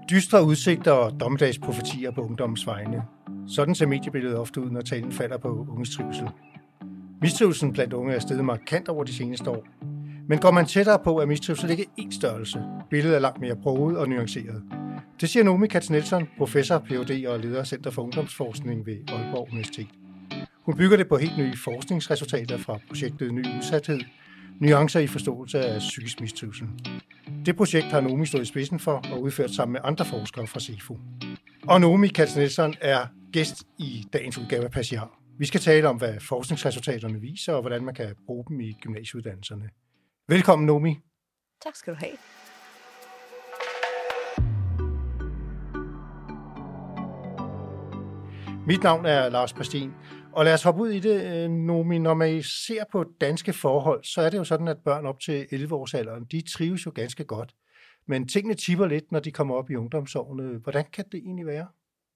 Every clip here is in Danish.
Dystre udsigter og dommedagsprofetier på ungdommens vegne. Sådan ser mediebilledet ofte ud, når talen falder på unges trivsel. Mistrivselsen blandt unge er steget markant over de seneste år. Men går man tættere på, er mistrivsel ikke én størrelse. Billedet er langt mere broget og nuanceret. Det siger Noomi Katz-Nielsen, professor, Ph.D. og leder af Center for Ungdomsforskning ved Aalborg Universitet. Hun bygger det på helt nye forskningsresultater fra projektet Ny Udsathed, nuancer i forståelse af psykisk mistrivsel. Det projekt har Noomi stået i spidsen for og udført sammen med andre forskere fra CEFU. Og Noomi Katz-Nielsen er gæst i dagens udgave af Passiar. Vi skal tale om, hvad forskningsresultaterne viser, og hvordan man kan bruge dem i gymnasieuddannelserne. Velkommen, Noomi. Tak skal du have. Mit navn er Lars Pastin, og lad os hoppe ud i det, Noomi. Når man ser på danske forhold, så er det jo sådan, at børn op til 11-årsalderen, de trives jo ganske godt. Men tingene tipper lidt, når de kommer op i ungdomsårene. Hvordan kan det egentlig være?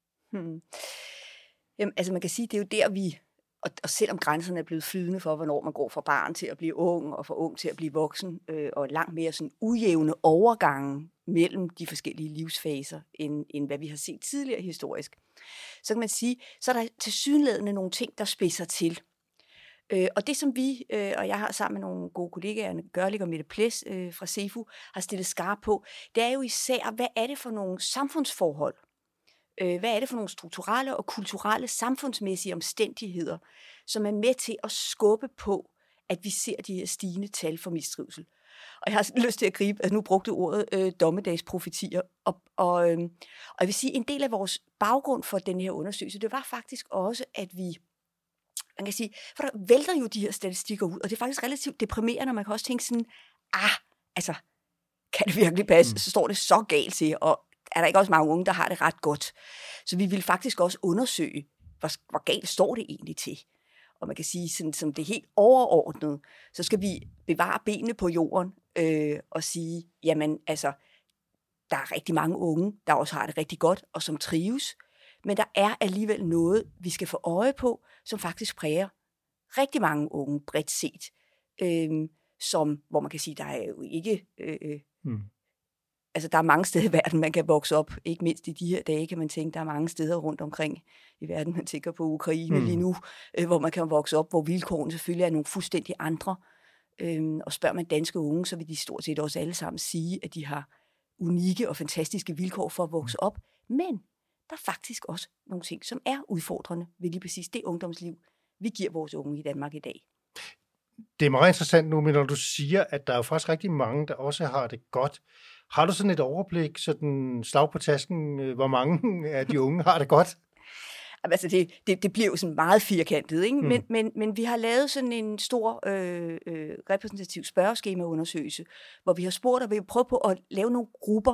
Jamen, altså man kan sige, det er jo der, vi, og selvom grænserne er blevet flydende for, hvornår man går fra barn til at blive ung, og fra ung til at blive voksen, og langt mere sådan ujævne overgange mellem de forskellige livsfaser, end hvad vi har set tidligere historisk, så kan man sige, så er der tilsyneladende nogle ting, der spidser til. Og det, som vi, og jeg har sammen med nogle gode kollegaer, Gørlig og Mette Ples fra CEFU, har stillet skarp på, det er jo især, hvad er det for nogle samfundsforhold? Hvad er det for nogle strukturelle og kulturelle samfundsmæssige omstændigheder, som er med til at skubbe på, at vi ser de her stigende tal for mistrivsel? Og jeg har lyst til at gribe, at nu brugte ordet dommedagsprofetier. Og jeg vil sige, en del af vores baggrund for den her undersøgelse, det var faktisk også, at vi, man kan sige, for der vælter jo de her statistikker ud, og det er faktisk relativt deprimerende, og man kan også tænke sådan, altså, kan det virkelig passe? Så står det så galt til, og er der ikke også mange unge, der har det ret godt? Så vi vil faktisk også undersøge, hvor galt står det egentlig til? Og man kan sige, sådan, som det helt overordnet, så skal vi bevare benene på jorden og sige, jamen altså, der er rigtig mange unge, der også har det rigtig godt og som trives, men der er alligevel noget, vi skal få øje på, som faktisk præger rigtig mange unge bredt set, hvor man kan sige, der er jo ikke... Altså, der er mange steder i verden, man kan vokse op. Ikke mindst i de her dage, kan man tænke, der er mange steder rundt omkring i verden. Man tænker på Ukraine lige nu, hvor man kan vokse op, hvor vilkårene selvfølgelig er nogle fuldstændig andre. Og spørger man danske unge, så vil de stort set også alle sammen sige, at de har unikke og fantastiske vilkår for at vokse op. Men der er faktisk også nogle ting, som er udfordrende ved lige præcis det ungdomsliv, vi giver vores unge i Danmark i dag. Det er meget interessant nu, men når du siger, at der er jo faktisk rigtig mange, der også har det godt. Har du sådan et overblik, sådan slag på tasken, hvor mange af de unge har det godt? Altså det bliver jo sådan meget firkantet, ikke? Men vi har lavet sådan en stor repræsentativ spørgeskemaundersøgelse, hvor vi har spurgt, og vi har prøvet på at lave nogle grupper.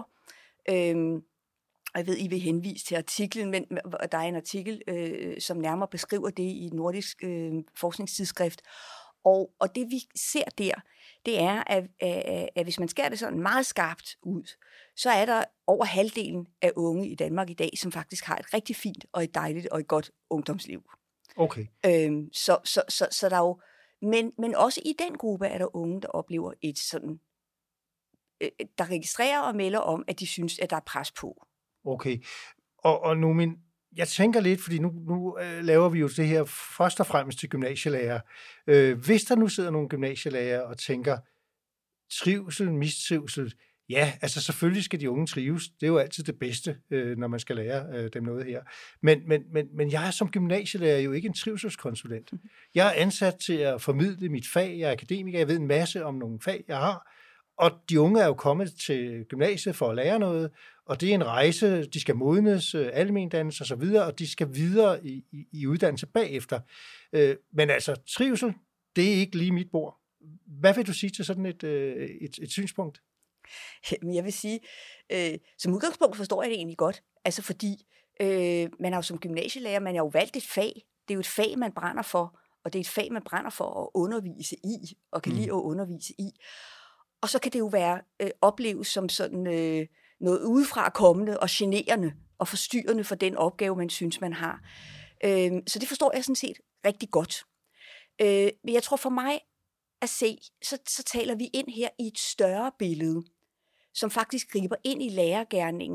Og jeg ved, I vil henvise til artiklen, men der er en artikel, som nærmere beskriver det i et nordisk forskningstidsskrift. Og det vi ser der, det er, at hvis man skærer det sådan meget skarpt ud, så er der over halvdelen af unge i Danmark i dag, som faktisk har et rigtig fint og et dejligt og et godt ungdomsliv. Okay. Så der er jo, men også i den gruppe er der unge, der oplever et sådan, der registrerer og melder om, at de synes, at der er pres på. Okay. Og nu jeg tænker lidt, fordi nu laver vi jo det her først og fremmest til gymnasielærer. Hvis der nu sidder nogle gymnasielærer og tænker, trivsel, mistrivsel, ja, altså selvfølgelig skal de unge trives. Det er jo altid det bedste, når man skal lære dem noget her. Men jeg er som gymnasielærer jo ikke en trivselskonsulent. Jeg er ansat til at formidle mit fag. Jeg er akademiker. Jeg ved en masse om nogle fag, jeg har. Og de unge er jo kommet til gymnasiet for at lære noget, og det er en rejse, de skal modnes, almendannelse og så videre, og de skal videre i uddannelse bagefter. Men altså, trivsel, det er ikke lige mit bord. Hvad vil du sige til sådan et synspunkt? Jeg vil sige, som udgangspunkt forstår jeg det egentlig godt, altså fordi man er jo som gymnasielærer, man har jo valgt et fag, det er jo et fag, man brænder for, og det er et fag, man brænder for at undervise i, og kan lide at undervise i. Og så kan det jo være opleves som sådan noget udefra kommende og generende og forstyrrende for den opgave, man synes, man har. Så det forstår jeg sådan set rigtig godt. Men jeg tror for mig at se, så taler vi ind her i et større billede, som faktisk griber ind i lærergerningen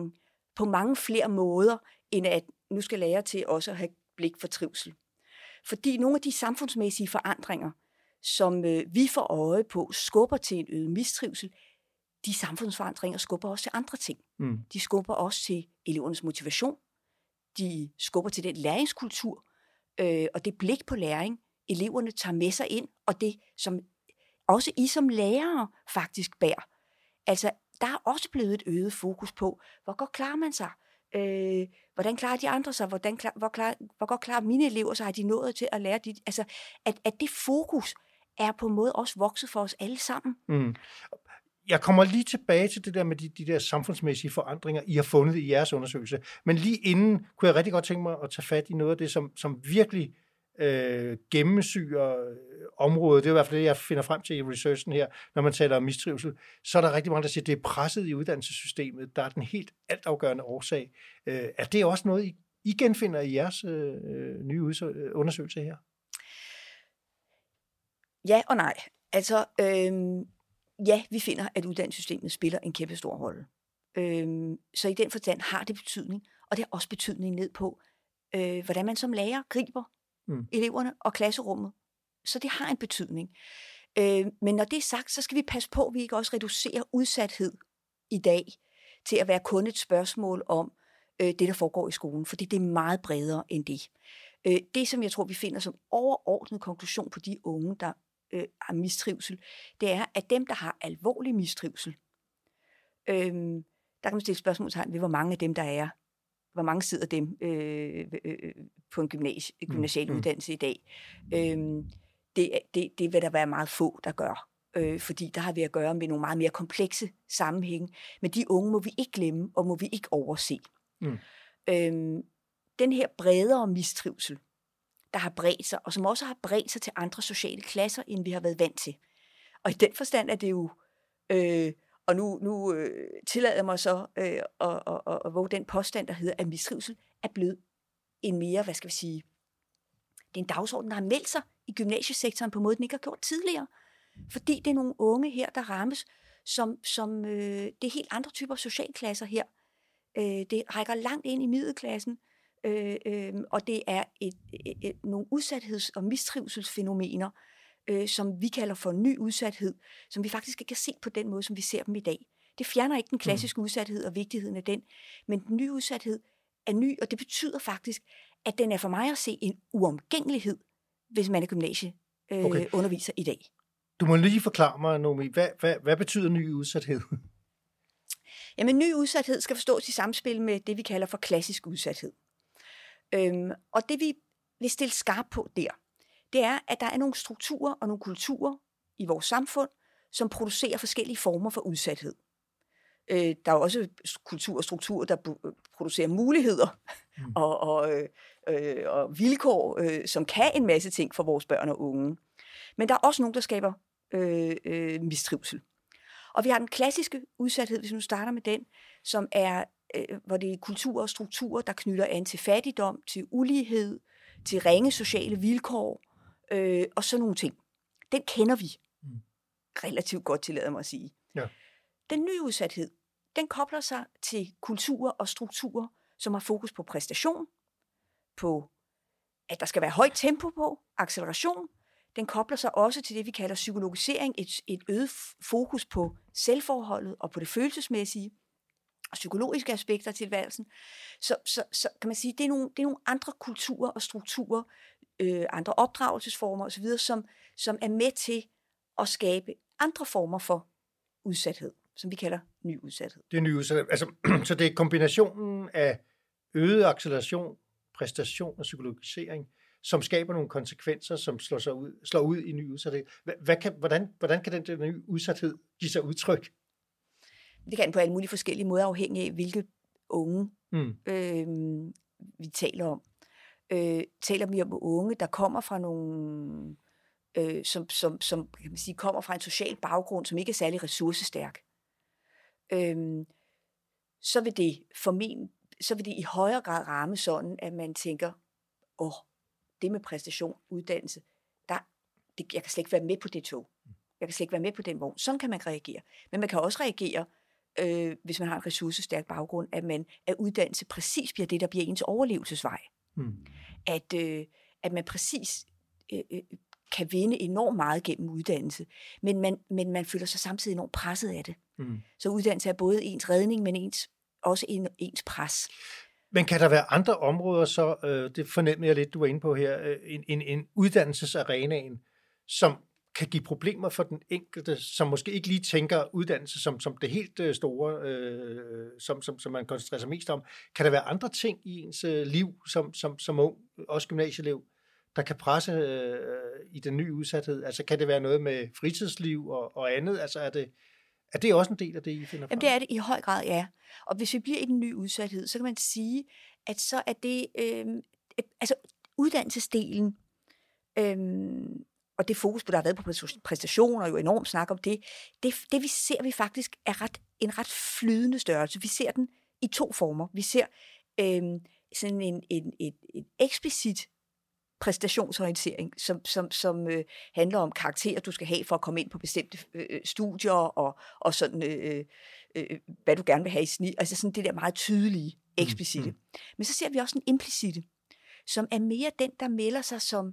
på mange flere måder, end at nu skal lære til også at have blik for trivsel. Fordi nogle af de samfundsmæssige forandringer, som vi får øje på, skubber til en øget mistrivsel, de samfundsforandringer skubber også til andre ting. De skubber også til elevernes motivation, de skubber til den læringskultur, og det blik på læring, eleverne tager med sig ind, og det, som også I som lærere faktisk bærer. Altså, der er også blevet et øget fokus på, hvor godt klarer man sig? Hvordan klarer de andre sig? Hvor godt klarer mine elever sig? Har de nået til at lære det? Altså, at det fokus er på en måde også vokset for os alle sammen. Jeg kommer lige tilbage til det der med de der samfundsmæssige forandringer, I har fundet i jeres undersøgelse. Men lige inden kunne jeg rigtig godt tænke mig at tage fat i noget af det, som virkelig gennemsyrer området. Det er i hvert fald det, jeg finder frem til i researchen her, når man taler om mistrivsel. Så er der rigtig mange, der siger, at det er presset i uddannelsessystemet. Der er den helt altafgørende årsag. Er det også noget, I genfinder i jeres nye undersøgelse her? Ja og nej. Altså, ja, vi finder, at uddannelsessystemet spiller en kæmpe stor rolle. Så i den forstand har det betydning, og det har også betydning ned på, hvordan man som lærer griber eleverne og klasserummet. Så det har en betydning. Men når det er sagt, så skal vi passe på, at vi ikke også reducerer udsathed i dag til at være kun et spørgsmål om det, der foregår i skolen, fordi det er meget bredere end det. Det, som jeg tror, vi finder som overordnet konklusion på de unge, der har mistrivsel, det er, at dem, der har alvorlig mistrivsel, der kan man stille spørgsmålstegn ved, hvor mange af dem, der er. Hvor mange sidder dem på en gymnasial uddannelse i dag. Det vil der være meget få, der gør. Fordi der har vi at gøre med nogle meget mere komplekse sammenhænge. Men de unge må vi ikke glemme, og må vi ikke overse. Den her bredere mistrivsel, der har bredt sig, og som også har bredt sig til andre sociale klasser, end vi har været vant til. Og i den forstand er det jo... Og nu tillader jeg mig så at våge den påstand, der hedder, at mistrivsel er blevet en mere, hvad skal vi sige, det er en dagsorden, der har meldt sig i gymnasiesektoren på en måde, den ikke har gjort tidligere. Fordi det er nogle unge her, der rammes, som det er helt andre typer socialklasser her. Det rækker langt ind i middelklassen, og det er nogle udsattheds- og mistrivselsfænomener, som vi kalder for ny udsathed, som vi faktisk ikke kan se på den måde, som vi ser dem i dag. Det fjerner ikke den klassiske udsathed og vigtigheden af den, men den nye udsathed er ny, og det betyder faktisk, at den er for mig at se en uomgængelighed, hvis man er gymnasieunderviser i dag. Du må lige forklare mig, Nomi, hvad betyder ny udsathed? Jamen, ny udsathed skal forstås i samspil med det, vi kalder for klassisk udsathed. Og det, vi vil stille skarp på der, det er, at der er nogle strukturer og nogle kulturer i vores samfund, som producerer forskellige former for udsathed. Der er også kultur og strukturer, der producerer muligheder og vilkår, som kan en masse ting for vores børn og unge. Men der er også nogle, der skaber mistrivsel. Og vi har den klassiske udsathed, hvis vi nu starter med den, som er, hvor det er kultur og strukturer, der knytter an til fattigdom, til ulighed, til ringe sociale vilkår, og sådan nogle ting. Den kender vi relativt godt, tillader mig at sige. Ja. Den nye udsathed, den kobler sig til kulturer og strukturer, som har fokus på præstation, på at der skal være højt tempo på, acceleration. Den kobler sig også til det, vi kalder psykologisering, et øget fokus på selvforholdet og på det følelsesmæssige og psykologiske aspekter af tilværelsen. Så kan man sige, det er nogle andre kulturer og strukturer, andre opdragelsesformer osv., som er med til at skabe andre former for udsathed, som vi kalder ny udsathed. Det er ny udsathed. Altså, så det er kombinationen af øget acceleration, præstation og psykologisering, som skaber nogle konsekvenser, som slår ud i ny udsathed. Hvordan kan den nye udsathed give sig udtryk? Det kan på alle mulige forskellige måder, afhængig af, hvilke unge vi taler om. Taler vi om unge, der kommer fra nogle, som kan man sige, kommer fra en social baggrund, som ikke er særlig ressourcestærk, så vil det i højere grad ramme sådan, at man tænker, det med præstation, uddannelse, jeg kan slet ikke være med på det tog. Jeg kan slet ikke være med på den vogn. Sådan kan man reagere. Men man kan også reagere hvis man har en ressourcestærk baggrund, at uddannelse præcis bliver det, der bliver ens overlevelsesvej. At man præcis kan vinde enormt meget gennem uddannelse, men man føler sig samtidig enormt presset af det. Så uddannelse er både ens redning, men også ens pres. Men kan der være andre områder, så det fornemmer jeg lidt, du var inde på her, en uddannelsesarenaen, som kan give problemer for den enkelte, som måske ikke lige tænker uddannelse som det helt store, som man koncentrerer sig mest om. Kan der være andre ting i ens liv som ung, også gymnasieelev, der kan presse i den nye udsathed? Altså kan det være noget med fritidsliv og andet? Altså er det også en del af det, I finder frem? Jamen det er det i høj grad, ja. Og hvis vi bliver i den nye udsathed, så kan man sige, at så er det, altså uddannelsesdelen, og det fokus, der har været på præstationer, og jo enormt snak om det vi ser, vi faktisk er en ret flydende størrelse. Vi ser den i to former. Vi ser sådan en eksplicit præstationsorientering, som handler om karakterer, du skal have for at komme ind på bestemte studier, og sådan, hvad du gerne vil have i snit. Altså sådan det der meget tydelige, eksplicite. Men så ser vi også en implicite, som er mere den, der melder sig som,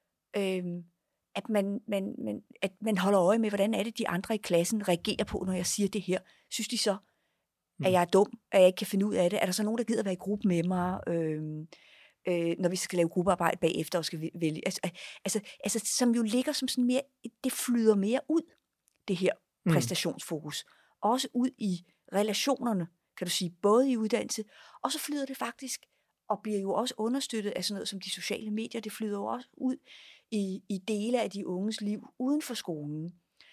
at man holder øje med, hvordan er det, de andre i klassen reagerer på, når jeg siger det her. Synes de så, at jeg er dum, at jeg ikke kan finde ud af det? Er der så nogen, der gider være i gruppe med mig? Når vi skal lave gruppearbejde bagefter og skal vælge. Altså, som jo ligger som sådan mere, det flyder mere ud, det her præstationsfokus. Også ud i relationerne, kan du sige, både i uddannelse, og så flyder det faktisk, og bliver jo også understøttet af sådan noget som de sociale medier, det flyder jo også ud i dele af de unges liv uden for skolen.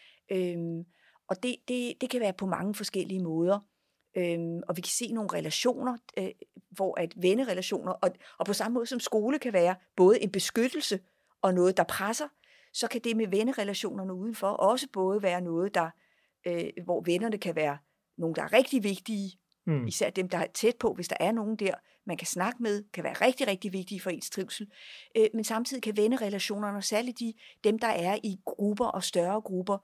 Og det kan være på mange forskellige måder. Og vi kan se nogle relationer, hvor at vennerelationer, og på samme måde som skole kan være både en beskyttelse og noget, der presser, så kan det med vennerelationerne udenfor også både være noget, der, hvor vennerne kan være nogle, der er rigtig vigtige, især dem, der er tæt på, hvis der er nogen der, man kan snakke med, kan være rigtig, rigtig vigtige for ens trivsel. Men samtidig kan vennerelationerne, og særligt dem, der er i grupper og større grupper,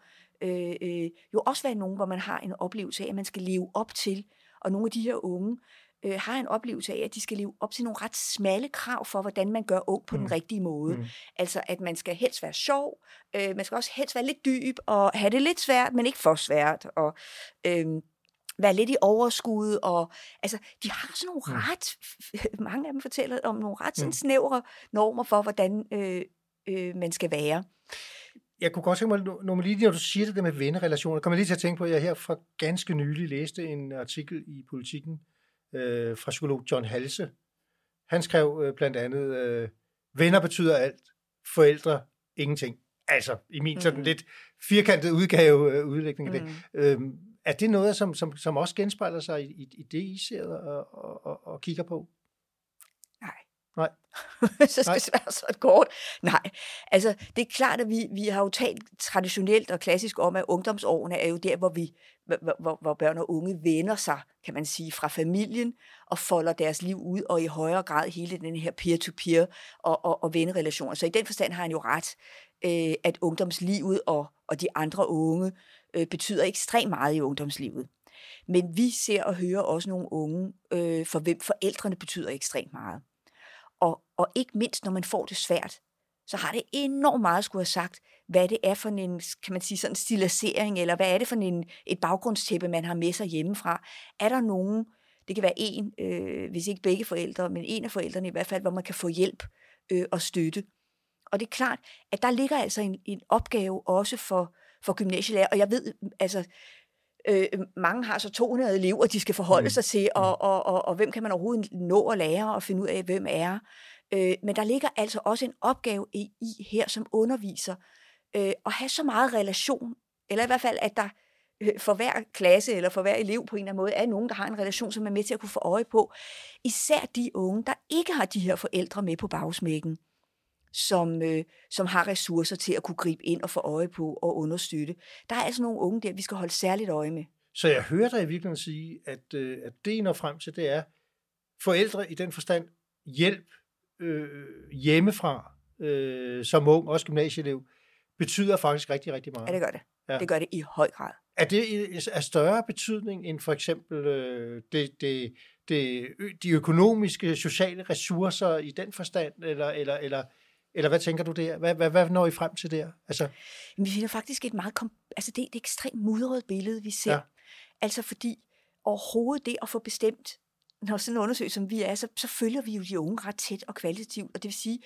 jo også være nogen, hvor man har en oplevelse af, at man skal leve op til, og nogle af de her unge har en oplevelse af, at de skal leve op til nogle ret smalle krav for, hvordan man gør ung på den rigtige måde. Altså, at man skal helst være sjov, man skal også helst være lidt dyb, og have det lidt svært, men ikke for svært, og være lidt i overskud, og altså, de har sådan nogle mange af dem fortæller om nogle ret sådan snævre normer for, hvordan man skal være. Jeg kunne godt tænke mig, når du siger det der med vennerelationer, kommer jeg lige til at tænke på, at jeg her for ganske nylig læste en artikel i Politiken fra psykolog John Halse. Han skrev blandt andet, venner betyder alt, forældre ingenting. Altså, i min sådan lidt firkantede udlægning af det. Er det noget, som også genspejler sig i det, I ser og kigger på? Nej. Så skal det være så kort. Nej, altså det er klart, at vi har jo talt traditionelt og klassisk om, at ungdomsårene er jo der, hvor børn og unge vender sig, kan man sige, fra familien og folder deres liv ud, og i højere grad hele den her peer-to-peer og vennerelationer. Så i den forstand har han jo ret, at ungdomslivet og de andre unge betyder ekstremt meget i ungdomslivet. Men vi ser og hører også nogle unge, for hvem forældrene betyder ekstremt meget. Og ikke mindst, når man får det svært, så har det enormt meget at skulle have sagt, hvad det er for en, kan man sige, sådan stilisering, eller hvad er det for et baggrundstæppe, man har med sig hjemmefra. Er der nogen, det kan være en, hvis ikke begge forældre, men en af forældrene i hvert fald, hvor man kan få hjælp og støtte. Og det er klart, at der ligger altså en opgave også for gymnasielærer, og jeg ved, altså, mange har så 200 elever, de skal forholde sig til, og hvem kan man overhovedet nå at lære og finde ud af, hvem er. Men der ligger altså også en opgave i her som underviser, at have så meget relation, eller i hvert fald, at der for hver klasse eller for hver elev på en eller anden måde er nogen, der har en relation, som er med til at kunne få øje på. Især de unge, der ikke har de her forældre med på bagsmækken, som har ressourcer til at kunne gribe ind og få øje på og understøtte. Der er altså nogle unge der, vi skal holde særligt øje med. Så jeg hører dig i virkeligheden sige, at det, I når frem til, det er forældre i den forstand hjælp hjemmefra som ung, også gymnasieelev, betyder faktisk rigtig, rigtig meget. Ja, det gør det. Ja. Det gør det i høj grad. Er det af større betydning end for eksempel de økonomiske, sociale ressourcer i den forstand, eller hvad tænker du der? Hvad når I frem til der? Altså, vi finder faktisk det er et ekstremt mudret billede, vi ser. Ja. Altså fordi overhovedet det at få bestemt, når sådan en undersøgelse som vi er, så følger vi jo de unge ret tæt og kvalitativt, og det vil sige,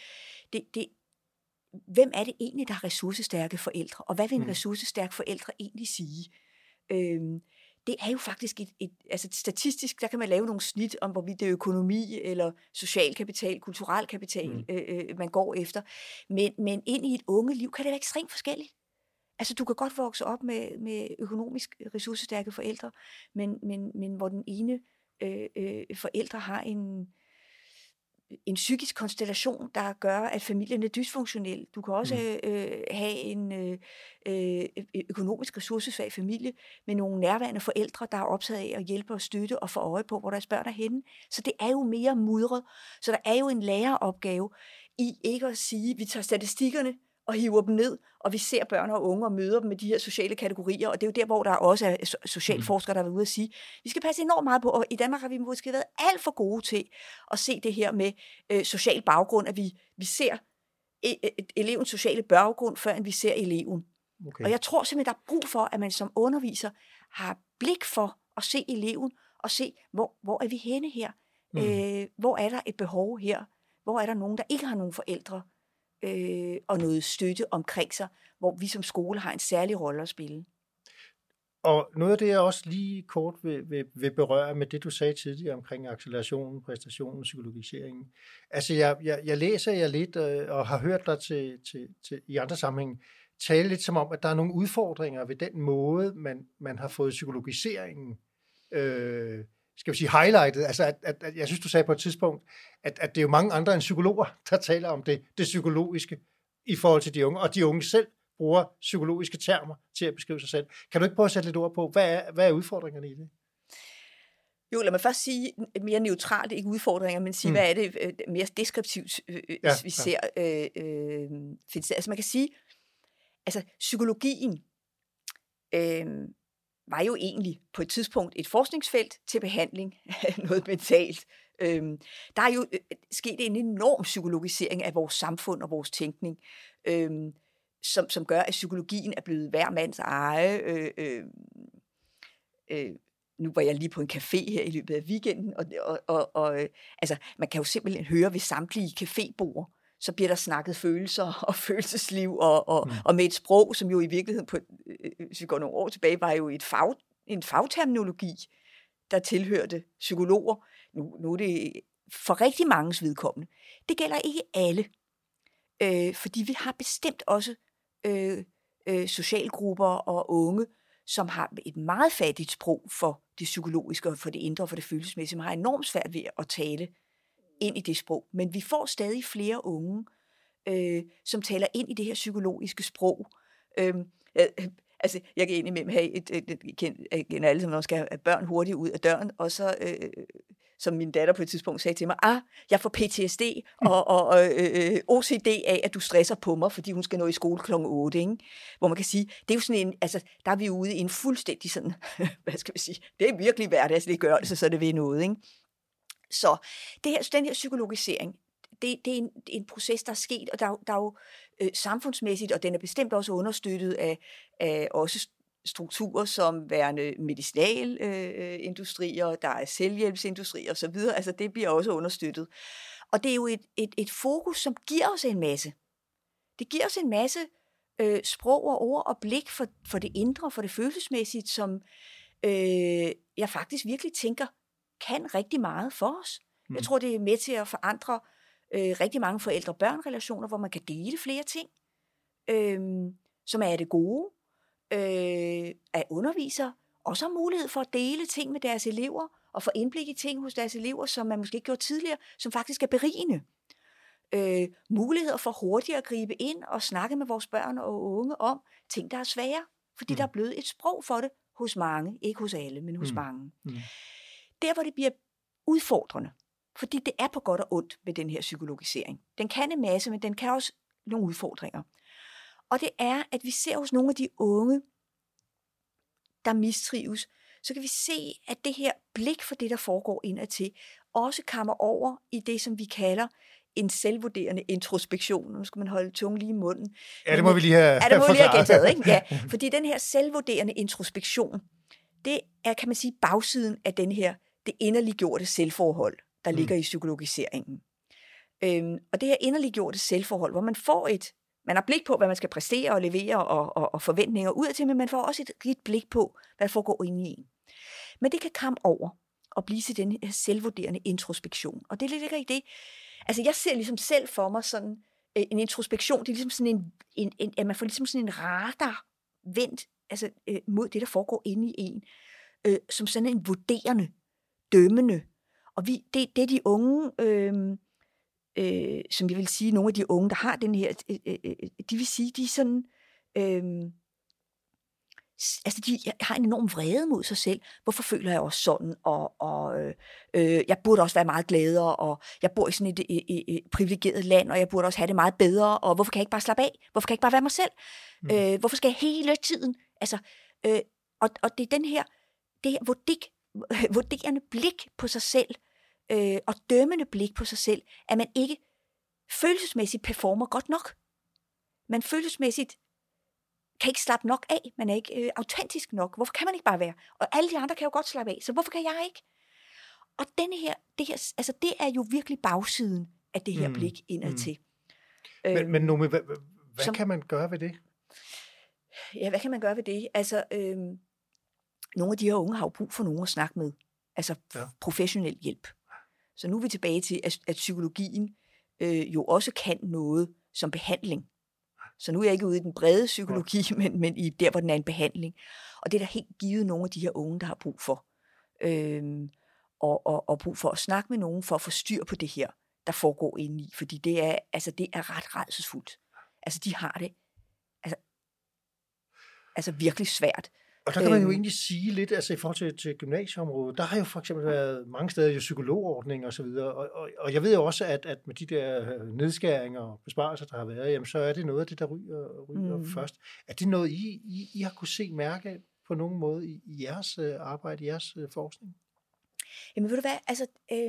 hvem er det egentlig, der har ressourcestærke forældre, og hvad vil en ressourcestærk forældre egentlig sige? Det er jo faktisk altså statistisk, der kan man lave nogle snit om, hvorvidt det er økonomi eller social kapital, kulturel kapital, man går efter. Men ind i et unge liv kan det være ekstremt forskelligt. Altså du kan godt vokse op med økonomisk ressourcestærke forældre, men hvor den ene forældre har en psykisk konstellation, der gør, at familien er dysfunktionel. Du kan også have en økonomisk ressourcesvag familie med nogle nærværende forældre, der er optaget af at hjælpe og støtte og få øje på, hvor deres børn er henne. Så det er jo mere mudret. Så der er jo en læreropgave i ikke at sige, at vi tager statistikkerne og hiver dem ned, og vi ser børn og unge og møder dem med de her sociale kategorier, og det er jo der, hvor der også er socialforskere, der har været ude at sige, vi skal passe enormt meget på, og i Danmark har vi måske været alt for gode til at se det her med social baggrund, at vi ser elevens sociale baggrund, før end vi ser eleven. Okay. Og jeg tror simpelthen, der er brug for, at man som underviser har blik for at se eleven, og se, hvor er vi henne her? Hvor er der et behov her? Hvor er der nogen, der ikke har nogen forældre? Og noget støtte omkring sig, hvor vi som skole har en særlig rolle at spille. Og noget af det, jeg også lige kort vil berøre med det, du sagde tidligere omkring accelerationen, præstationen, psykologiseringen. Altså, jeg læser jer lidt og har hørt dig i andre sammenhæng tale lidt som om, at der er nogle udfordringer ved den måde, man har fået psykologiseringen skal vi sige highlightet, altså at jeg synes, du sagde på et tidspunkt, at det er jo mange andre end psykologer, der taler om det psykologiske i forhold til de unge, og de unge selv bruger psykologiske termer til at beskrive sig selv. Kan du ikke prøve at sætte lidt ord på, hvad er udfordringerne i det? Jo, lad mig først sige mere neutralt, ikke udfordringer, men sige, hvad er det mere deskriptivt, hvis vi ser. Altså man kan sige, altså psykologien var jo egentlig på et tidspunkt et forskningsfelt til behandling af noget mentalt. Der er jo sket en enorm psykologisering af vores samfund og vores tænkning, som gør, at psykologien er blevet hver mands eje. Nu var jeg lige på en café her i løbet af weekenden, og altså, man kan jo simpelthen høre ved samtlige cafébord, så bliver der snakket følelser og følelsesliv, og med et sprog, som jo i virkeligheden, hvis vi går nogle år tilbage, var jo en fagterminologi, der tilhørte psykologer. Nu er det for rigtig manges vedkommende. Det gælder ikke alle, fordi vi har bestemt også socialgrupper og unge, som har et meget fattigt sprog for det psykologiske og for det indre og for det følelsesmæssige. Man har enormt svært ved at tale ind i det sprog. Men vi får stadig flere unge, som taler ind i det her psykologiske sprog. Altså, jeg kan indimellem have kender alle, som også skal have børn hurtigt ud af døren, og så, som min datter på et tidspunkt sagde til mig, jeg får PTSD og OCD af, at du stresser på mig, fordi hun skal nå i skole kl. 8, ikke? Hvor man kan sige, det er jo sådan en, altså, der er vi ude i en fuldstændig sådan, hvad skal vi sige, det er virkelig hverdagsliggørelse, så det ved noget, ikke? Så den her psykologisering, det er en proces, der er sket, og der er jo samfundsmæssigt, og den er bestemt også understøttet af også strukturer som værende medicinalindustrier, der er selvhjælpsindustrier osv., altså det bliver også understøttet. Og det er jo et fokus, som giver os en masse. Det giver os en masse sprog og ord og blik for det indre, for det følelsesmæssigt, som jeg faktisk virkelig tænker, kan rigtig meget for os. Jeg tror, det er med til at forandre rigtig mange forældre-børn-relationer, hvor man kan dele flere ting, som er det gode, at undervisere også har mulighed for at dele ting med deres elever, og få indblik i ting hos deres elever, som man måske ikke gjorde tidligere, som faktisk er berigende. Muligheder for hurtigt at gribe ind og snakke med vores børn og unge om ting, der er svære, fordi der er blevet et sprog for det hos mange, ikke hos alle, men hos mange. Der, hvor det bliver udfordrende, fordi det er på godt og ondt med den her psykologisering. Den kan en masse, men den kan også nogle udfordringer. Og det er, at vi ser hos nogle af de unge, der mistrives, så kan vi se, at det her blik for det, der foregår indadtil, også kommer over i det, som vi kalder en selvvurderende introspektion. Nu skal man holde tungen lige i munden. Ja, det må vi lige have det må vi lige have gentaget, ikke? Ja, fordi den her selvvurderende introspektion, det er, kan man sige, bagsiden af det inderliggjorte selvforhold, der ligger i psykologiseringen. Og det her inderliggjorte selvforhold, hvor man får man har blik på, hvad man skal præstere og levere og forventninger udadtil, men man får også et rigt blik på, hvad der foregår inde i en. Men det kan komme over og blive til den her selvvurderende introspektion. Og det ligger i det. Altså jeg ser ligesom selv for mig sådan en introspektion, det er ligesom sådan at man får ligesom sådan en radar vendt altså, mod det, der foregår inde i en, som sådan en vurderende, dømmende. Og det er de unge, som jeg vil sige, nogle af de unge, der har den her, de vil sige, de er sådan, altså de har en enorm vrede mod sig selv. Hvorfor føler jeg også sådan? Og jeg burde også være meget gladere, og jeg bor i sådan et privilegeret land, og jeg burde også have det meget bedre, og hvorfor kan jeg ikke bare slappe af? Hvorfor kan jeg ikke bare være mig selv? Hvorfor skal jeg hele tiden? Altså, og det er det her vurderende blik på sig selv, og dømmende blik på sig selv, at man ikke følelsesmæssigt performer godt nok. Man følelsesmæssigt kan ikke slappe nok af, man er ikke autentisk nok. Hvorfor kan man ikke bare være? Og alle de andre kan jo godt slappe af, så hvorfor kan jeg ikke? Og det er jo virkelig bagsiden af det her blik indadtil. Men Noomi, hvad kan man gøre ved det? Ja, hvad kan man gøre ved det? Altså, nogle af de her unge har jo brug for nogen at snakke med. Altså professionel hjælp. Så nu er vi tilbage til, at psykologien jo også kan noget som behandling. Så nu er jeg ikke ude i den brede psykologi, men i der, hvor den er en behandling. Og det er der helt givet nogle af de her unge, der har brug for. Og brug for at snakke med nogen, for at få styr på det her, der foregår indeni. Fordi det er ret rædselsfuldt. Altså, de har det altså virkelig svært. Og der kan man jo egentlig sige lidt, altså i forhold til gymnasieområdet, der har jo for eksempel været mange steder jo psykologordninger og så videre, og jeg ved jo også, at med de der nedskæringer og besparelser, der har været, jamen så er det noget af det, der ryger først. Er det noget, I har kunne se mærke på nogen måde i jeres arbejde, i jeres forskning? Jamen ved du hvad, altså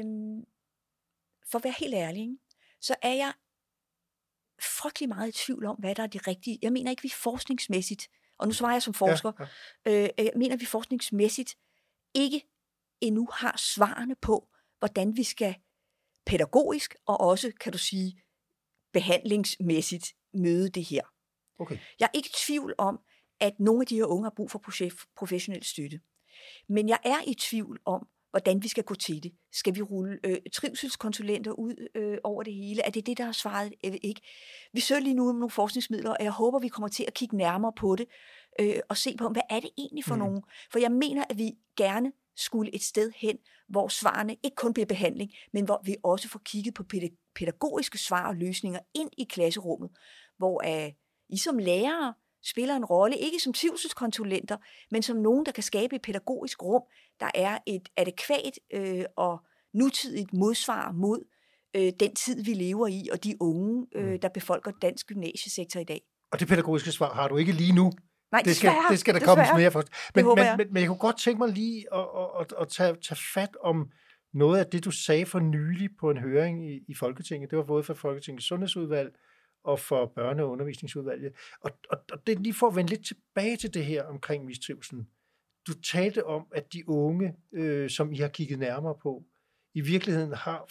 for at være helt ærlig, ikke, så er jeg frygtelig meget i tvivl om, hvad der er det rigtige. Jeg mener ikke, vi forskningsmæssigt, og nu svarer jeg som forsker, jeg mener, vi forskningsmæssigt ikke endnu har svarene på, hvordan vi skal pædagogisk og også, kan du sige, behandlingsmæssigt møde det her. Okay. Jeg er ikke i tvivl om, at nogle af de her unge har brug for professionel støtte. Men jeg er i tvivl om, hvordan vi skal gå til det. Skal vi rulle trivselskonsulenter ud over det hele? Er det det, der har svaret? Ikke. Vi søger lige nu nogle forskningsmidler, og jeg håber, vi kommer til at kigge nærmere på det, og se på, hvad er det egentlig for nogen? For jeg mener, at vi gerne skulle et sted hen, hvor svarene ikke kun bliver behandling, men hvor vi også får kigget på pædagogiske svar og løsninger ind i klasserummet, hvor I som lærere spiller en rolle, ikke som trivselskonsulenter, men som nogen, der kan skabe et pædagogisk rum, der er et adækvat og nutidigt modsvar mod den tid, vi lever i, og de unge, der befolker dansk gymnasiesektor i dag. Og det pædagogiske svar har du ikke lige nu? Nej, det skal der komme mere først. Men jeg kunne godt tænke mig lige at tage fat om noget af det, du sagde for nylig på en høring i Folketinget. Det var både for Folketingets Sundhedsudvalg og for Børne- og Undervisningsudvalget. Og det lige for at vende lidt tilbage til det her omkring mistrivselen. Du talte om, at de unge, som I har kigget nærmere på, i virkeligheden har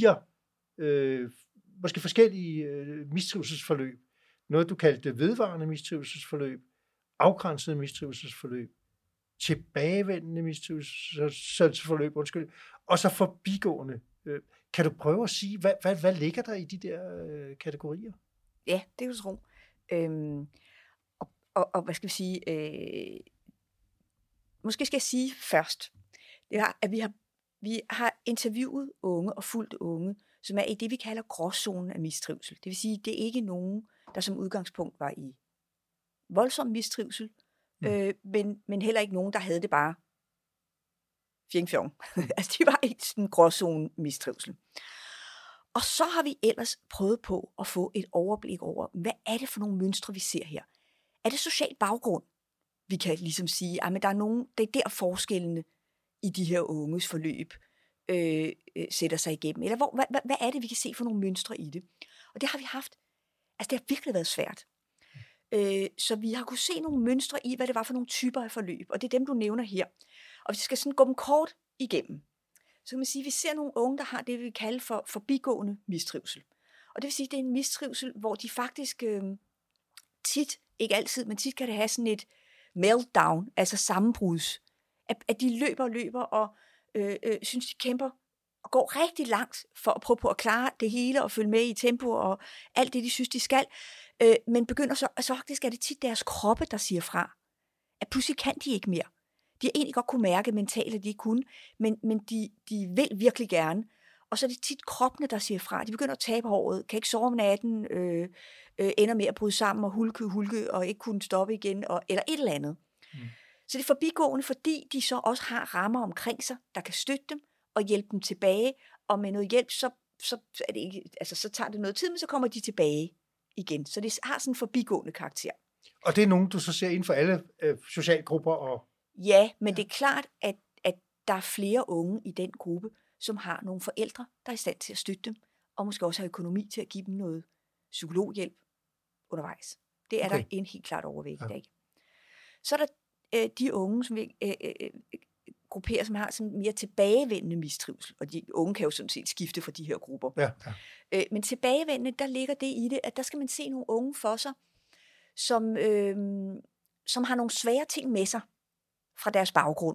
4 måske forskellige mistrivselsforløb. Noget, du kaldte vedvarende mistrivselsforløb, afgrænsede mistrivselsforløb, tilbagevendende mistrivselsforløb, og så forbigående. Kan du prøve at sige, hvad ligger der i de der kategorier? Ja, det er jo så. Og hvad skal vi sige? Måske skal jeg sige først, at vi har interviewet unge og fulgt unge, som er i det, vi kalder gråzonen af mistrivsel. Det vil sige, det er ikke nogen, der som udgangspunkt var i voldsom mistrivsel, men heller ikke nogen, der havde det bare fjong. Altså, de var ikke sådan en gråzone mistrivsel. Og så har vi ellers prøvet på at få et overblik over, hvad er det for nogle mønstre, vi ser her? Er det social baggrund? vi kan ligesom sige, at der er nogen, det er der forskellene i de her unges forløb sætter sig igennem. Eller hvad er det, vi kan se for nogle mønstre i det? Og det har vi haft. Altså, det har virkelig været svært. Så vi har kunne se nogle mønstre i, hvad det var for nogle typer af forløb. Og det er dem, du nævner her. Og hvis vi skal sådan gå dem kort igennem, så kan man sige, at vi ser nogle unge, der har det, vi kalder for forbigående mistrivsel. Og det vil sige, at det er en mistrivsel, hvor de faktisk tit, ikke altid, men tit kan det have sådan et meltdown, altså sammenbruds. At de løber og synes, de kæmper og går rigtig langt for at prøve på at klare det hele og følge med i tempo og alt det, de synes, de skal. Men begynder så, altså faktisk er det tit deres kroppe, der siger fra, at pludselig kan de ikke mere. De har egentlig godt kunne mærke mentalt, at de ikke kunne, men de vil virkelig gerne. Og så er det tit kroppene, der siger fra. De begynder at tabe håret, kan ikke sove om natten, ender med at bryde sammen og hulke og ikke kunne stoppe igen, eller et eller andet. Så det er forbigående, fordi de så også har rammer omkring sig, der kan støtte dem og hjælpe dem tilbage. Og med noget hjælp, så er det ikke, altså, så tager det noget tid, men så kommer de tilbage igen. Så det har sådan en forbigående karakter. Og det er nogen, du så ser inden for alle socialgrupper? Og... Ja, men det er klart, at der er flere unge i den gruppe, som har nogle forældre, der er i stand til at støtte dem, og måske også har økonomi til at give dem noget psykologhjælp undervejs. Det er der en helt klart overvægt af. Så er der de unge, som vi grupperer, som har sådan mere tilbagevendende mistrivsel, og de unge kan jo sådan set skifte fra de her grupper. Ja. Men tilbagevendende, der ligger det i det, at der skal man se nogle unge for sig, som har nogle svære ting med sig fra deres baggrund.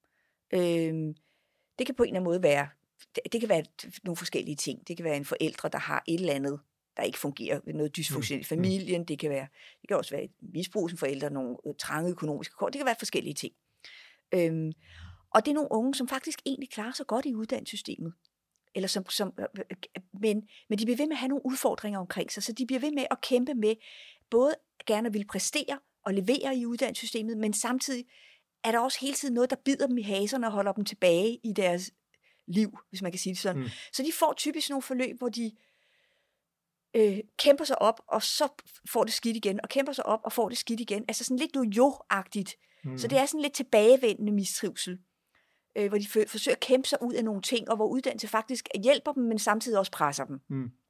Det kan på en eller anden måde være, det kan være nogle forskellige ting. Det kan være en forældre, der har et eller andet, der ikke fungerer, noget dysfunktionelt i familien. Det kan også være et misbrug som forældre, nogle trange økonomiske kår. Det kan være forskellige ting. Og det er nogle unge, som faktisk egentlig klarer sig godt i uddannelsessystemet. Eller men de bliver ved med at have nogle udfordringer omkring sig, så de bliver ved med at kæmpe med både gerne at ville præstere og levere i uddannelsessystemet, men samtidig er der også hele tiden noget, der bider dem i haserne og holder dem tilbage i deres liv, hvis man kan sige det sådan. Så de får typisk nogle forløb, hvor de kæmper sig op, og så får det skidt igen, og kæmper sig op, og får det skidt igen. Altså sådan lidt jo-agtigt. Så det er sådan lidt tilbagevendende mistrivsel, hvor de forsøger at kæmpe sig ud af nogle ting, og hvor uddannelse faktisk hjælper dem, men samtidig også presser dem.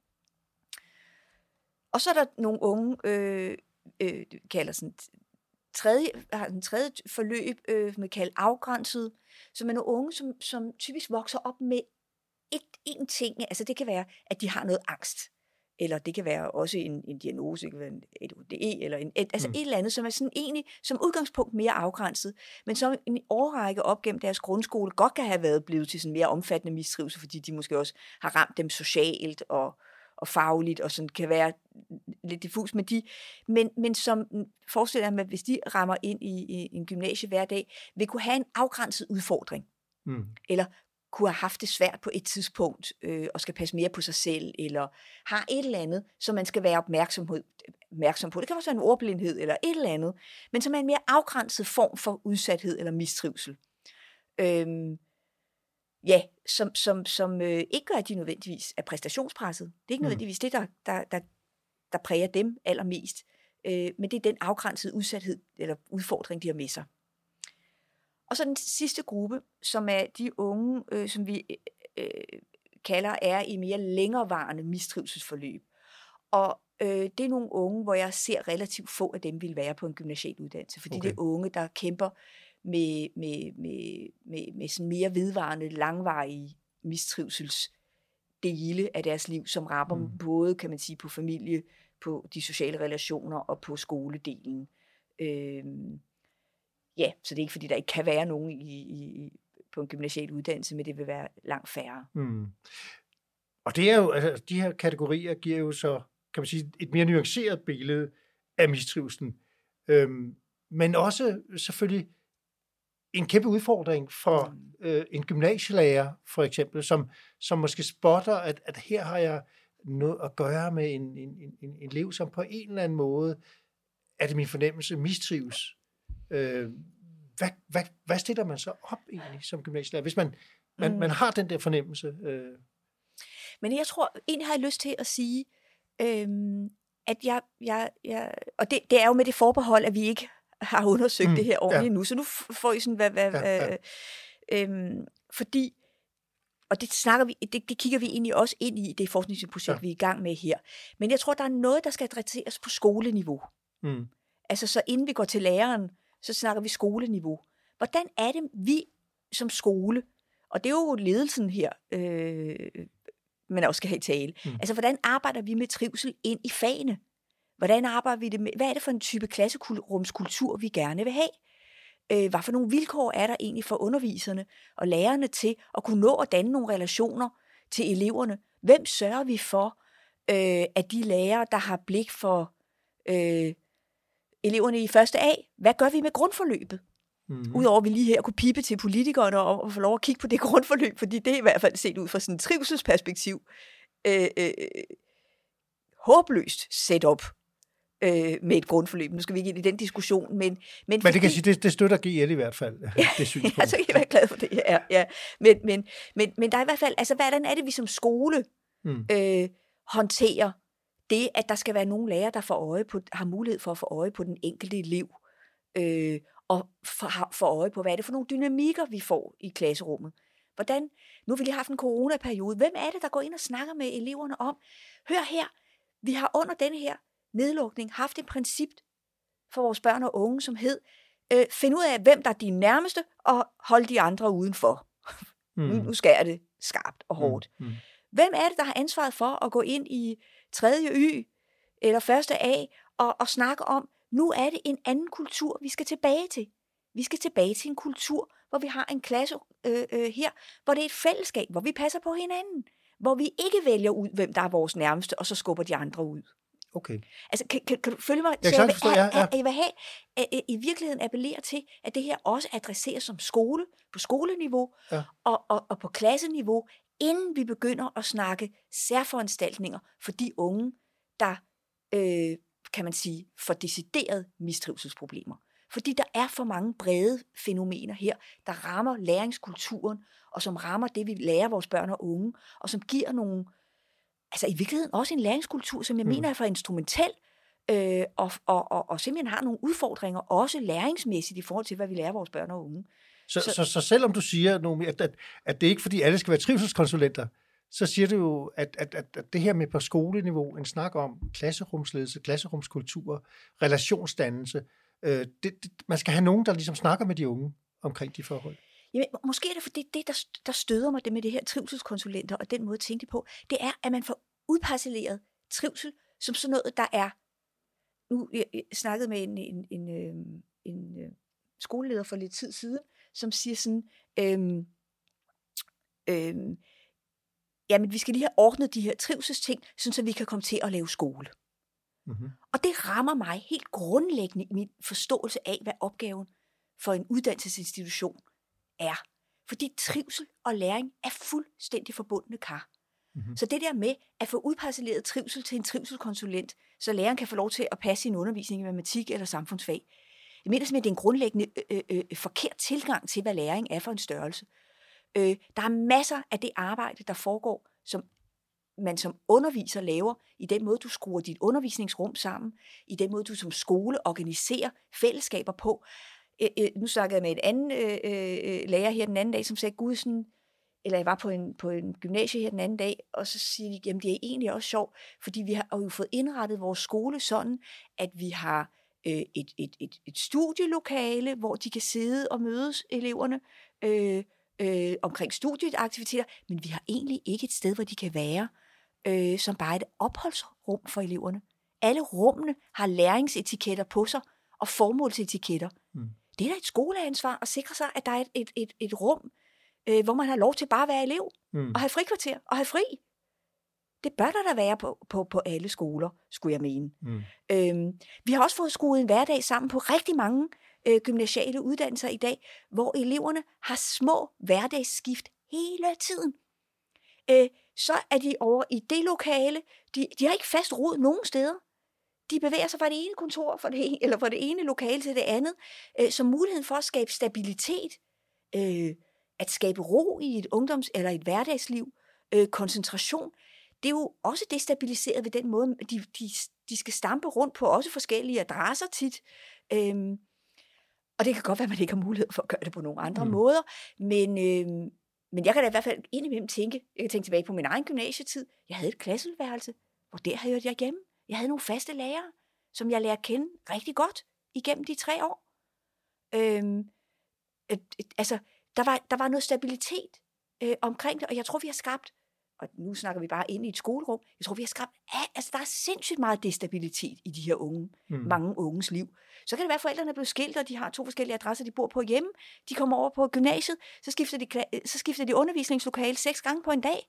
Og så er der nogle unge, kalder sådan har en tredje forløb, man kalder afgrænset, som er nogle unge, som typisk vokser op med en ting. Altså det kan være, at de har noget angst, eller det kan være også en diagnose, det kan være en ADHD, eller et eller andet, som er sådan egentlig som udgangspunkt mere afgrænset, men som en årrække op gennem deres grundskole godt kan have været blevet til sådan mere omfattende mistrivsel, fordi de måske også har ramt dem socialt og fagligt, og sådan kan være lidt diffus, men som forestiller mig, at hvis de rammer ind i en gymnasiehverdag, vil kunne have en afgrænset udfordring, eller kunne have haft det svært på et tidspunkt, og skal passe mere på sig selv, eller har et eller andet, som man skal være opmærksom på. Det kan også være en ordblindhed, eller et eller andet, men som er en mere afgrænset form for udsathed eller mistrivsel. Som ikke gør, at de nødvendigvis er præstationspresset. Det er ikke nødvendigvis det, der præger dem allermest. Men det er den afgrænsede udsathed eller udfordring, de har med sig. Og så den sidste gruppe, som er de unge, som vi kalder er i mere længerevarende mistrivselsforløb. Og det er nogle unge, hvor jeg ser relativt få af dem vil være på en gymnasial uddannelse, fordi det er unge, der kæmper med sådan mere vedvarende, langvarige mistrivselsdele af deres liv, som rammer både, kan man sige, på familie, på de sociale relationer og på skoledelen. Så det er ikke, fordi der ikke kan være nogen på en gymnasial uddannelse, men det vil være langt færre. Og det er jo, altså, de her kategorier giver jo så, kan man sige, et mere nuanceret billede af mistrivslen. Men også selvfølgelig en kæmpe udfordring for en gymnasielærer, for eksempel, som måske spotter, at her har jeg noget at gøre med en elev, som på en eller anden måde, er det min fornemmelse, mistrives. Hvad stiller man så op egentlig som gymnasielærer, hvis man har den der fornemmelse? Men jeg tror, egentlig har jeg lyst til at sige, at jeg og det er jo med det forbehold, at vi ikke har undersøgt det her ordentligt nu, så nu får I sådan, fordi, og det snakker vi, det kigger vi egentlig også ind i det forskningsprojekt, vi er i gang med her. Men jeg tror, der er noget, der skal adresseres på skoleniveau. Altså, så inden vi går til læreren, så snakker vi skoleniveau. Hvordan er det, vi som skole, og det er jo ledelsen her, man også skal have i tale. Altså, hvordan arbejder vi med trivsel ind i fagene? Hvordan arbejder vi det med? Hvad er det for en type klasserumskultur, vi gerne vil have? Hvad for nogle vilkår er der egentlig for underviserne og lærerne til at kunne nå at danne nogle relationer til eleverne? Hvem sørger vi for, at de lærere, der har blik for eleverne i første A, hvad gør vi med grundforløbet? Udover at vi lige her kunne pipe til politikerne og få lov at kigge på det grundforløb, fordi det er i hvert fald set ud fra sådan et trivselsperspektiv håbløst setup med et grundforløb. Nu skal vi ikke ind i den diskussion, men det kan sige, det støtter GL i hvert fald, det synspunkt. Ja, så kan jeg være glad for det her. Ja. Men der er i hvert fald, altså hvordan er det, vi som skole håndterer det, at der skal være nogle lærere, der har mulighed for at få øje på den enkelte elev, og få øje på, hvad er det for nogle dynamikker, vi får i klasserummet. Hvordan, nu har vi lige haft en coronaperiode, hvem er det, der går ind og snakker med eleverne om, hør her, vi har under denne her nedlukning haft et princip for vores børn og unge, som hed, find ud af, hvem der er dine nærmeste, og hold de andre udenfor. Nu skærer det skarpt og hårdt. Hvem er det, der har ansvaret for at gå ind i 3. Y eller 1. A og snakke om, nu er det en anden kultur, vi skal tilbage til. Vi skal tilbage til en kultur, hvor vi har en klasse her, hvor det er et fællesskab, hvor vi passer på hinanden, hvor vi ikke vælger ud, hvem der er vores nærmeste, og så skubber de andre ud. Okay. Altså, kan du følge mig? Jeg vil have, i virkeligheden appellere til, at det her også adresseres som skole, på skoleniveau og på klasseniveau, inden vi begynder at snakke særforanstaltninger for de unge, der, kan man sige, får decideret mistrivselsproblemer. Fordi der er for mange brede fænomener her, der rammer læringskulturen, og som rammer det, vi lærer vores børn og unge, og som giver nogle, altså i virkeligheden også en læringskultur, som jeg mener er for instrumentel, og simpelthen har nogle udfordringer, også læringsmæssigt i forhold til, hvad vi lærer vores børn og unge. Så selvom du siger, Nomi, at det er ikke fordi, alle skal være trivselskonsulenter, så siger du jo, at det her med på skoleniveau, en snak om klasserumsledelse, klasserumskultur, relationsdannelse, man skal have nogen, der ligesom snakker med de unge omkring de forhold. Jamen, måske er det, fordi det, der støder mig det med det her trivselskonsulenter, og den måde at tænke det på, det er, at man får udparcelleret trivsel som sådan noget, der er. Nu jeg snakkede med en skoleleder for lidt tid siden, som siger sådan, jamen vi skal lige have ordnet de her trivselsting, så vi kan komme til at lave skole. Og det rammer mig helt grundlæggende i min forståelse af, hvad opgaven for en uddannelsesinstitution er. Fordi trivsel og læring er fuldstændig forbundne kar. Så det der med at få udparcelleret trivsel til en trivselskonsulent, så læreren kan få lov til at passe sin undervisning i matematik eller samfundsfag, jeg mener simpelthen, det er en grundlæggende forkert tilgang til, hvad læring er for en størrelse. Der er masser af det arbejde, der foregår, som man som underviser laver, i den måde, du skruer dit undervisningsrum sammen, i den måde, du som skole organiserer fællesskaber på. Nu snakkede jeg med en anden lærer her den anden dag, som sagde, gud, sådan, eller jeg var på en gymnasie her den anden dag, og så siger de, jamen det er egentlig også sjovt, fordi vi har jo fået indrettet vores skole sådan, at vi har et studielokale, hvor de kan sidde og mødes, eleverne, omkring studieaktiviteter, men vi har egentlig ikke et sted, hvor de kan være, som bare et opholdsrum for eleverne. Alle rummene har læringsetiketter på sig, og formålsetiketter. Det er da et skoleansvar at sikre sig, at der er et rum, hvor man har lov til bare at være elev, og have frikvarter, og have fri. Det bør der være på alle skoler, skulle jeg mene. Vi har også fået skruet en hverdag sammen på rigtig mange gymnasiale uddannelser i dag, hvor eleverne har små hverdagsskift hele tiden. Så er de over i det lokale. De har ikke fast rod nogen steder. De bevæger sig fra det ene kontor, eller fra det ene lokale til det andet, som muligheden for at skabe stabilitet, at skabe ro i et ungdoms- eller et hverdagsliv, koncentration. Det er jo også destabiliseret ved den måde, de skal stampe rundt på også forskellige adresser tit. Og det kan godt være, at man ikke har mulighed for at gøre det på nogle andre måder, men jeg kan da i hvert fald indimellem tænke tilbage på min egen gymnasietid. Jeg havde et klasseværelse, hvor der havde jeg hjemme. Jeg havde nogle faste lærere, som jeg lærte at kende rigtig godt igennem de 3 år. Der var noget stabilitet omkring det, og jeg tror, vi har skabt, og nu snakker vi bare ind i et skolerum, jeg tror, vi har skabt, der er sindssygt meget destabilitet i de her mange unges liv. Så kan det være, at forældrene er blevet skilt, og de har 2 forskellige adresser, de bor på hjemme. De kommer over på gymnasiet, så skifter de undervisningslokale 6 gange på en dag.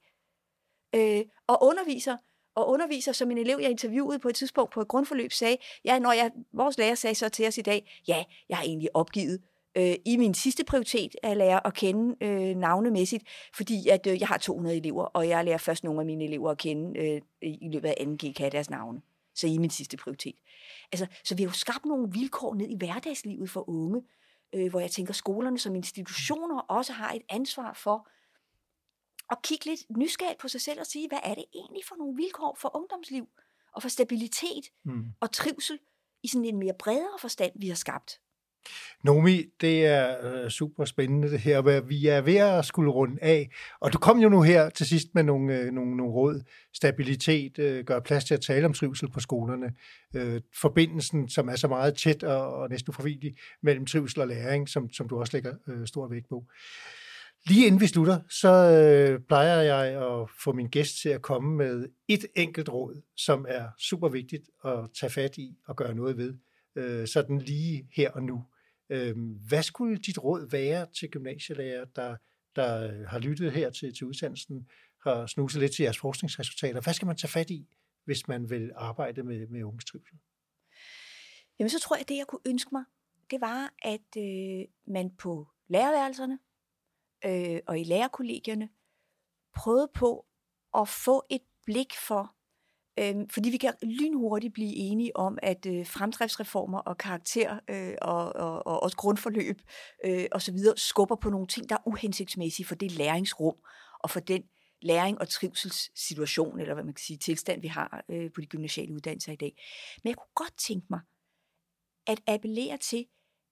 Og underviser, som en elev, jeg interviewede på et tidspunkt på et grundforløb, sagde, vores lærer sagde så til os i dag, jeg har egentlig opgivet i min sidste prioritet at lære at kende navnemæssigt, fordi at jeg har 200 elever, og jeg lærer først nogle af mine elever at kende i løbet af 2G kan deres navne. Så i min sidste prioritet. Så vi har jo skabt nogle vilkår ned i hverdagslivet for unge, hvor jeg tænker, skolerne som institutioner også har et ansvar for at kigge lidt nysgerrigt på sig selv og sige, hvad er det egentlig for nogle vilkår for ungdomsliv og for stabilitet og trivsel i sådan en mere bredere forstand, vi har skabt. Nomi, det er super spændende det her, vi er ved at skulle runde af, og du kom jo nu her til sidst med nogle råd, stabilitet, gør plads til at tale om trivsel på skolerne, forbindelsen, som er så meget tæt og næsten uforvigelig mellem trivsel og læring, som du også lægger stor vægt på. Lige inden vi slutter, så plejer jeg at få min gæst til at komme med et enkelt råd, som er super vigtigt at tage fat i og gøre noget ved, sådan lige her og nu. Hvad skulle dit råd være til gymnasielærer, der har lyttet her til udsendelsen, har snuset lidt til jeres forskningsresultater? Hvad skal man tage fat i, hvis man vil arbejde med unges trivsel? Jamen, så tror jeg, at det, jeg kunne ønske mig, det var, at man på lærerværelserne og i lærerkollegierne prøvede på at få et blik for, fordi vi kan lynhurtigt blive enige om, at fremdriftsreformer og karakter og også grundforløb og så videre skubber på nogle ting, der er uhensigtsmæssige for det læringsrum og for den læring- og trivselssituation, eller hvad man kan sige, tilstand, vi har på de gymnasiale uddannelser i dag. Men jeg kunne godt tænke mig at appellere til,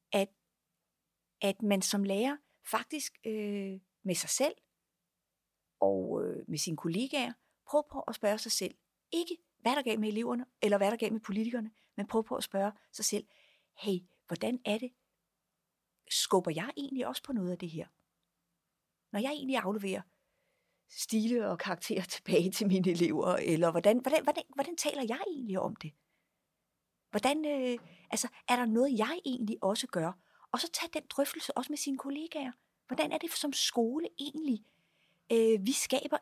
at man som lærer faktisk med sig selv og med sine kollegaer prøver på at spørge sig selv, ikke hvad der gav med eleverne, eller hvad der gav med politikerne, men prøv på at spørge sig selv, hey, hvordan er det? Skubber jeg egentlig også på noget af det her? Når jeg egentlig afleverer stile og karakterer tilbage til mine elever, eller hvordan taler jeg egentlig om det? Er der noget, jeg egentlig også gør? Og så tag den drøftelse også med sine kollegaer. Hvordan er det som skole egentlig? Vi skaber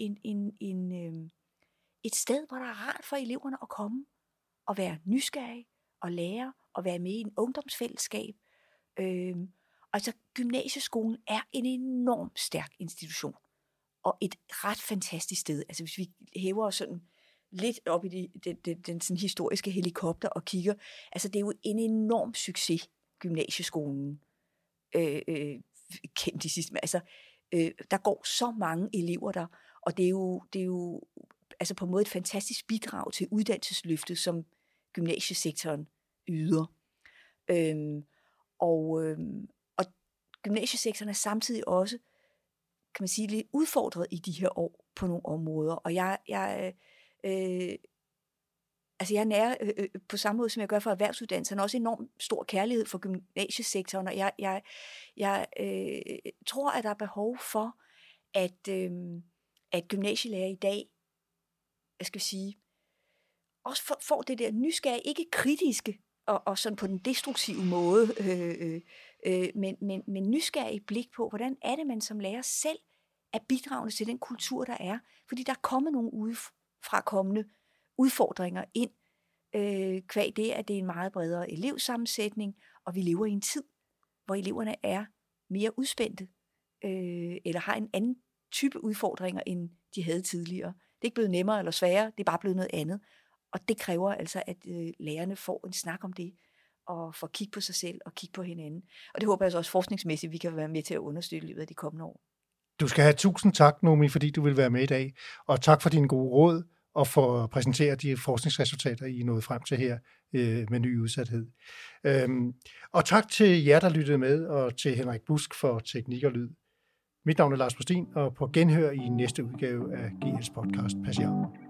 et sted, hvor der er rart for eleverne at komme og være nysgerrige og lære og være med i en ungdomsfællesskab. Gymnasieskolen er en enormt stærk institution og et ret fantastisk sted. Altså hvis vi hæver os sådan lidt op i den sådan historiske helikopter og kigger, altså det er jo en enorm succes, gymnasieskolen kendt de sidste. Altså der går så mange elever der, og det er jo altså på en måde et fantastisk bidrag til uddannelsesløftet, som gymnasiesektoren yder. Og gymnasiesektoren er samtidig også, kan man sige, lidt udfordret i de her år på nogle områder. Og jeg nærer på samme måde, som jeg gør for erhvervsuddannelserne, også enormt stor kærlighed for gymnasiesektoren, og jeg tror, at der er behov for, at gymnasielærer i dag, jeg skal sige, også får det der nysgerrige, ikke kritiske, og sådan på den destruktive måde, men nysgerrige blik på, hvordan er det, man som lærer selv er bidragende til den kultur, der er. Fordi der er kommet nogle udefrakommende udfordringer ind, kvad det, at det er en meget bredere elevsammensætning, og vi lever i en tid, hvor eleverne er mere udspændte, eller har en anden type udfordringer, end de havde tidligere. Det er ikke blevet nemmere eller sværere, det er bare blevet noget andet. Og det kræver altså, at lærerne får en snak om det, og får kigge på sig selv og kigge på hinanden. Og det håber jeg også forskningsmæssigt, vi kan være med til at understøtte i løbet af de kommende år. Du skal have 1000 tak, Nomi, fordi du vil være med i dag. Og tak for dine gode råd, og for at præsentere de forskningsresultater, I er nået frem til her med ny udsathed. Og tak til jer, der lyttede med, og til Henrik Busk for teknik og lyd. Mit navn er Lars Postin, og på genhør i næste udgave af GL's podcast. Pas jer.